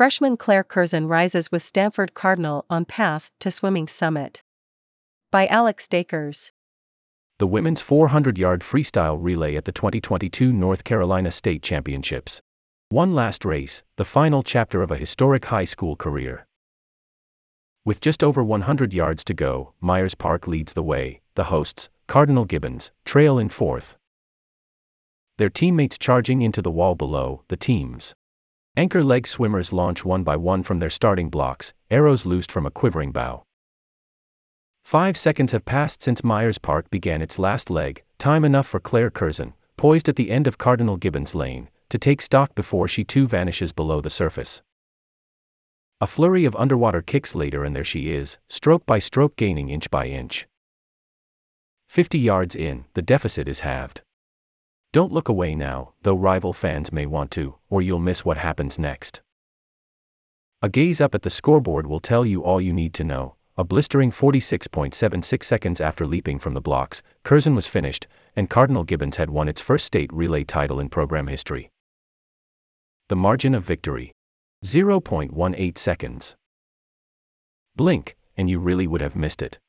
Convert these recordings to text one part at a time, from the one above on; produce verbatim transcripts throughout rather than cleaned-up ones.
Freshman Claire Curzon rises with Stanford Cardinal on path to swimming summit. By Alex Dakers. The women's four hundred yard freestyle relay at the twenty twenty-two North Carolina State Championships. One last race, the final chapter of a historic high school career. With just over one hundred yards to go, Myers Park leads the way. The hosts, Cardinal Gibbons, trail in fourth. Their teammates charging into the wall below. The team's anchor leg swimmers launch one by one from their starting blocks, arrows loosed from a quivering bow. Five seconds have passed since Myers Park began its last leg, time enough for Claire Curzon, poised at the end of Cardinal Gibbons' lane, to take stock before she too vanishes below the surface. A flurry of underwater kicks later and there she is, stroke by stroke gaining inch by inch. Fifty yards in, the deficit is halved. Don't look away now, though rival fans may want to, or you'll miss what happens next. A gaze up at the scoreboard will tell you all you need to know. A blistering forty-six point seven six seconds after leaping from the blocks, Curzon was finished, and Cardinal Gibbons had won its first state relay title in program history. The margin of victory: zero point one eight seconds. Blink, and you really would have missed it.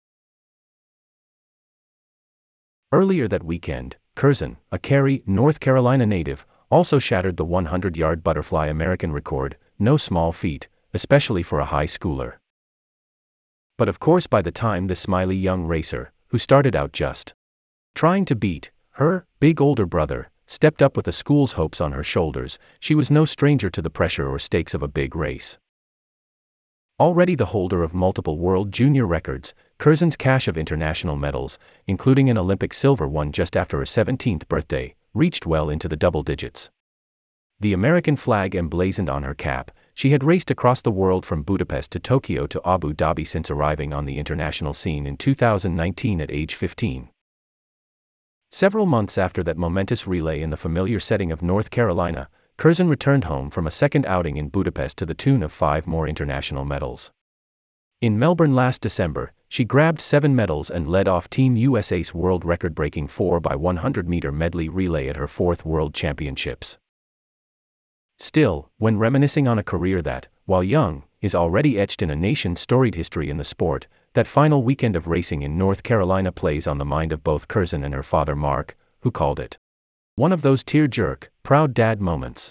Earlier that weekend, Curzon, a Cary, North Carolina native, also shattered the one hundred yard butterfly American record, no small feat, especially for a high schooler. But of course by the time this smiley young racer, who started out just trying to beat her big older brother, stepped up with the school's hopes on her shoulders, she was no stranger to the pressure or stakes of a big race. Already the holder of multiple world junior records, Curzon's cache of international medals, including an Olympic silver won just after her seventeenth birthday, reached well into the double digits. The American flag emblazoned on her cap, she had raced across the world from Budapest to Tokyo to Abu Dhabi since arriving on the international scene in two thousand nineteen at age fifteen. Several months after that momentous relay in the familiar setting of North Carolina, Curzon returned home from a second outing in Budapest to the tune of five more international medals. In Melbourne last December, she grabbed seven medals and led off Team U S A's world record-breaking four by one hundred meter medley relay at her fourth World Championships. Still, when reminiscing on a career that, while young, is already etched in a nation's storied history in the sport, that final weekend of racing in North Carolina plays on the mind of both Curzon and her father Mark, who called it one of those tear-jerk, proud dad moments.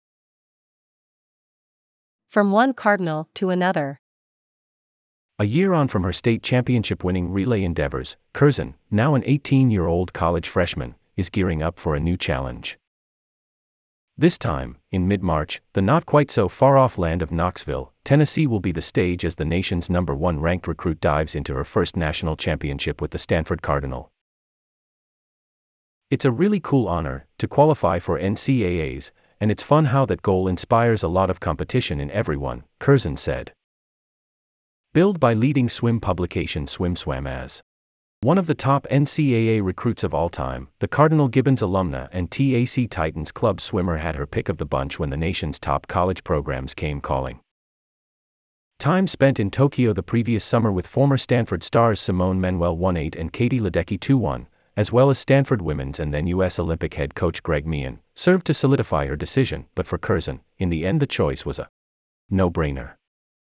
From one Cardinal to another. A year on from her state championship-winning relay endeavors, Curzon, now an eighteen-year-old college freshman, is gearing up for a new challenge. This time, in mid-March, the not-quite-so-far-off land of Knoxville, Tennessee will be the stage as the nation's number one ranked recruit dives into her first national championship with the Stanford Cardinal. It's a really cool honor to qualify for N C A As, and it's fun how that goal inspires a lot of competition in everyone, Curzon said. Billed by leading swim publication SwimSwam as one of the top N C A A recruits of all time, the Cardinal Gibbons alumna and T A C Titans club swimmer had her pick of the bunch when the nation's top college programs came calling. Time spent in Tokyo the previous summer with former Stanford stars Simone Manuel one eight and Katie Ledecky two one, as well as Stanford women's and then U S Olympic head coach Greg Meehan, served to solidify her decision, but for Curzon, in the end the choice was a no-brainer.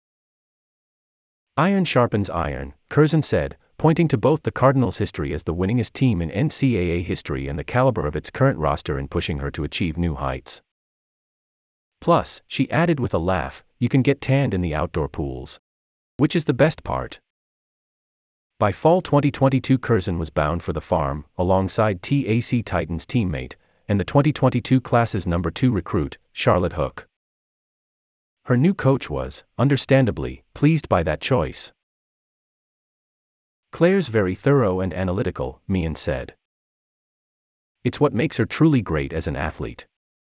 Iron sharpens iron, Curzon said, pointing to both the Cardinals' history as the winningest team in N C A A history and the caliber of its current roster in pushing her to achieve new heights. Plus, she added with a laugh, you can get tanned in the outdoor pools. Which is the best part. By fall twenty twenty-two, Curzon was bound for the farm, alongside T A C Titans teammate, and the twenty twenty-two class's number two recruit, Charlotte Hook. Her new coach was, understandably, pleased by that choice. Claire's very thorough and analytical, Meehan said. It's what makes her truly great as an athlete.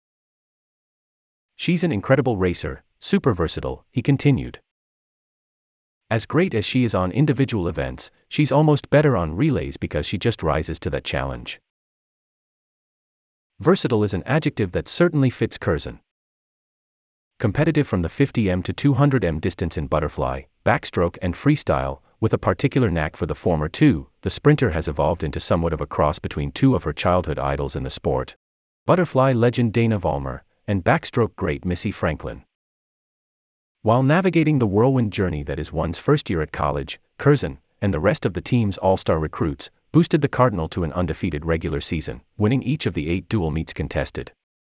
She's an incredible racer, super versatile, he continued. As great as she is on individual events, she's almost better on relays because she just rises to that challenge. Versatile is an adjective that certainly fits Curzon. Competitive from the fifty meters to two hundred meters distance in butterfly, backstroke and freestyle, with a particular knack for the former too, the sprinter has evolved into somewhat of a cross between two of her childhood idols in the sport. Butterfly legend Dana Vollmer, and backstroke great Missy Franklin. While navigating the whirlwind journey that is one's first year at college, Curzon, and the rest of the team's all-star recruits, boosted the Cardinal to an undefeated regular season, winning each of the eight dual meets contested.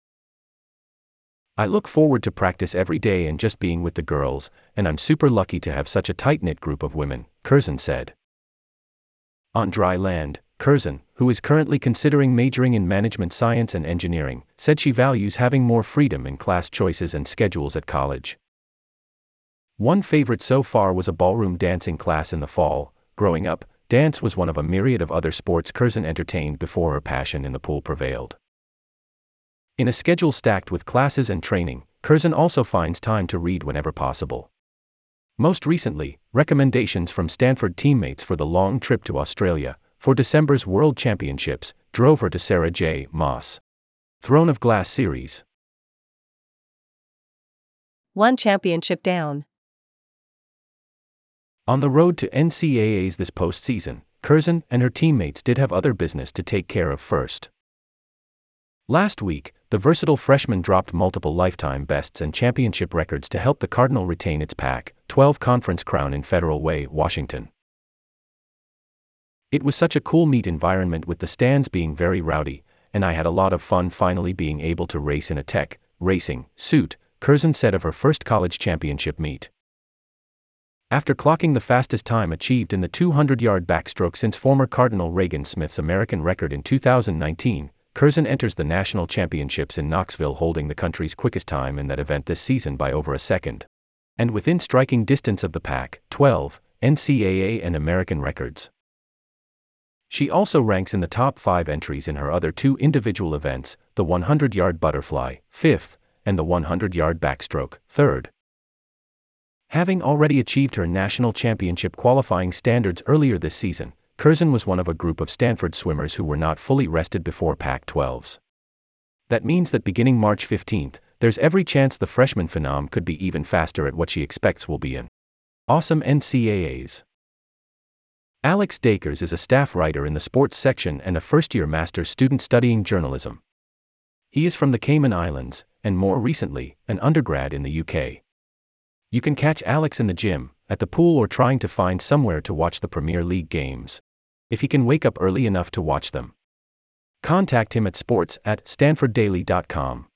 "I look forward to practice every day and just being with the girls, and I'm super lucky to have such a tight-knit group of women," Curzon said. On dry land, Curzon, who is currently considering majoring in management science and engineering, said she values having more freedom in class choices and schedules at college. One favorite so far was a ballroom dancing class in the fall. Growing up, dance was one of a myriad of other sports Curzon entertained before her passion in the pool prevailed. In a schedule stacked with classes and training, Curzon also finds time to read whenever possible. Most recently, recommendations from Stanford teammates for the long trip to Australia for December's World Championships drove her to Sarah J. Maas' Throne of Glass series. One championship down. On the road to N C A As this postseason, Curzon and her teammates did have other business to take care of first. Last week, the versatile freshman dropped multiple lifetime bests and championship records to help the Cardinal retain its Pac twelve conference crown in Federal Way, Washington. "It was such a cool meet environment with the stands being very rowdy, and I had a lot of fun finally being able to race in a tech racing suit," Curzon said of her first college championship meet. After clocking the fastest time achieved in the two hundred yard backstroke since former Cardinal Reagan Smith's American record in two thousand nineteen, Curzon enters the national championships in Knoxville holding the country's quickest time in that event this season by over a second. And within striking distance of the Pac twelve, N C A A and American records. She also ranks in the top five entries in her other two individual events, the one hundred yard butterfly, fifth, and the one hundred yard backstroke, third. Having already achieved her national championship qualifying standards earlier this season, Curzon was one of a group of Stanford swimmers who were not fully rested before Pac twelves. That means that beginning March fifteenth, there's every chance the freshman phenom could be even faster at what she expects will be an awesome N C A As. Alex Dakers is a staff writer in the sports section and a first-year master's student studying journalism. He is from the Cayman Islands, and more recently, an undergrad in the U K. You can catch Alex in the gym, at the pool, or trying to find somewhere to watch the Premier League games, if he can wake up early enough to watch them. Contact him at sports at stanford daily dot com.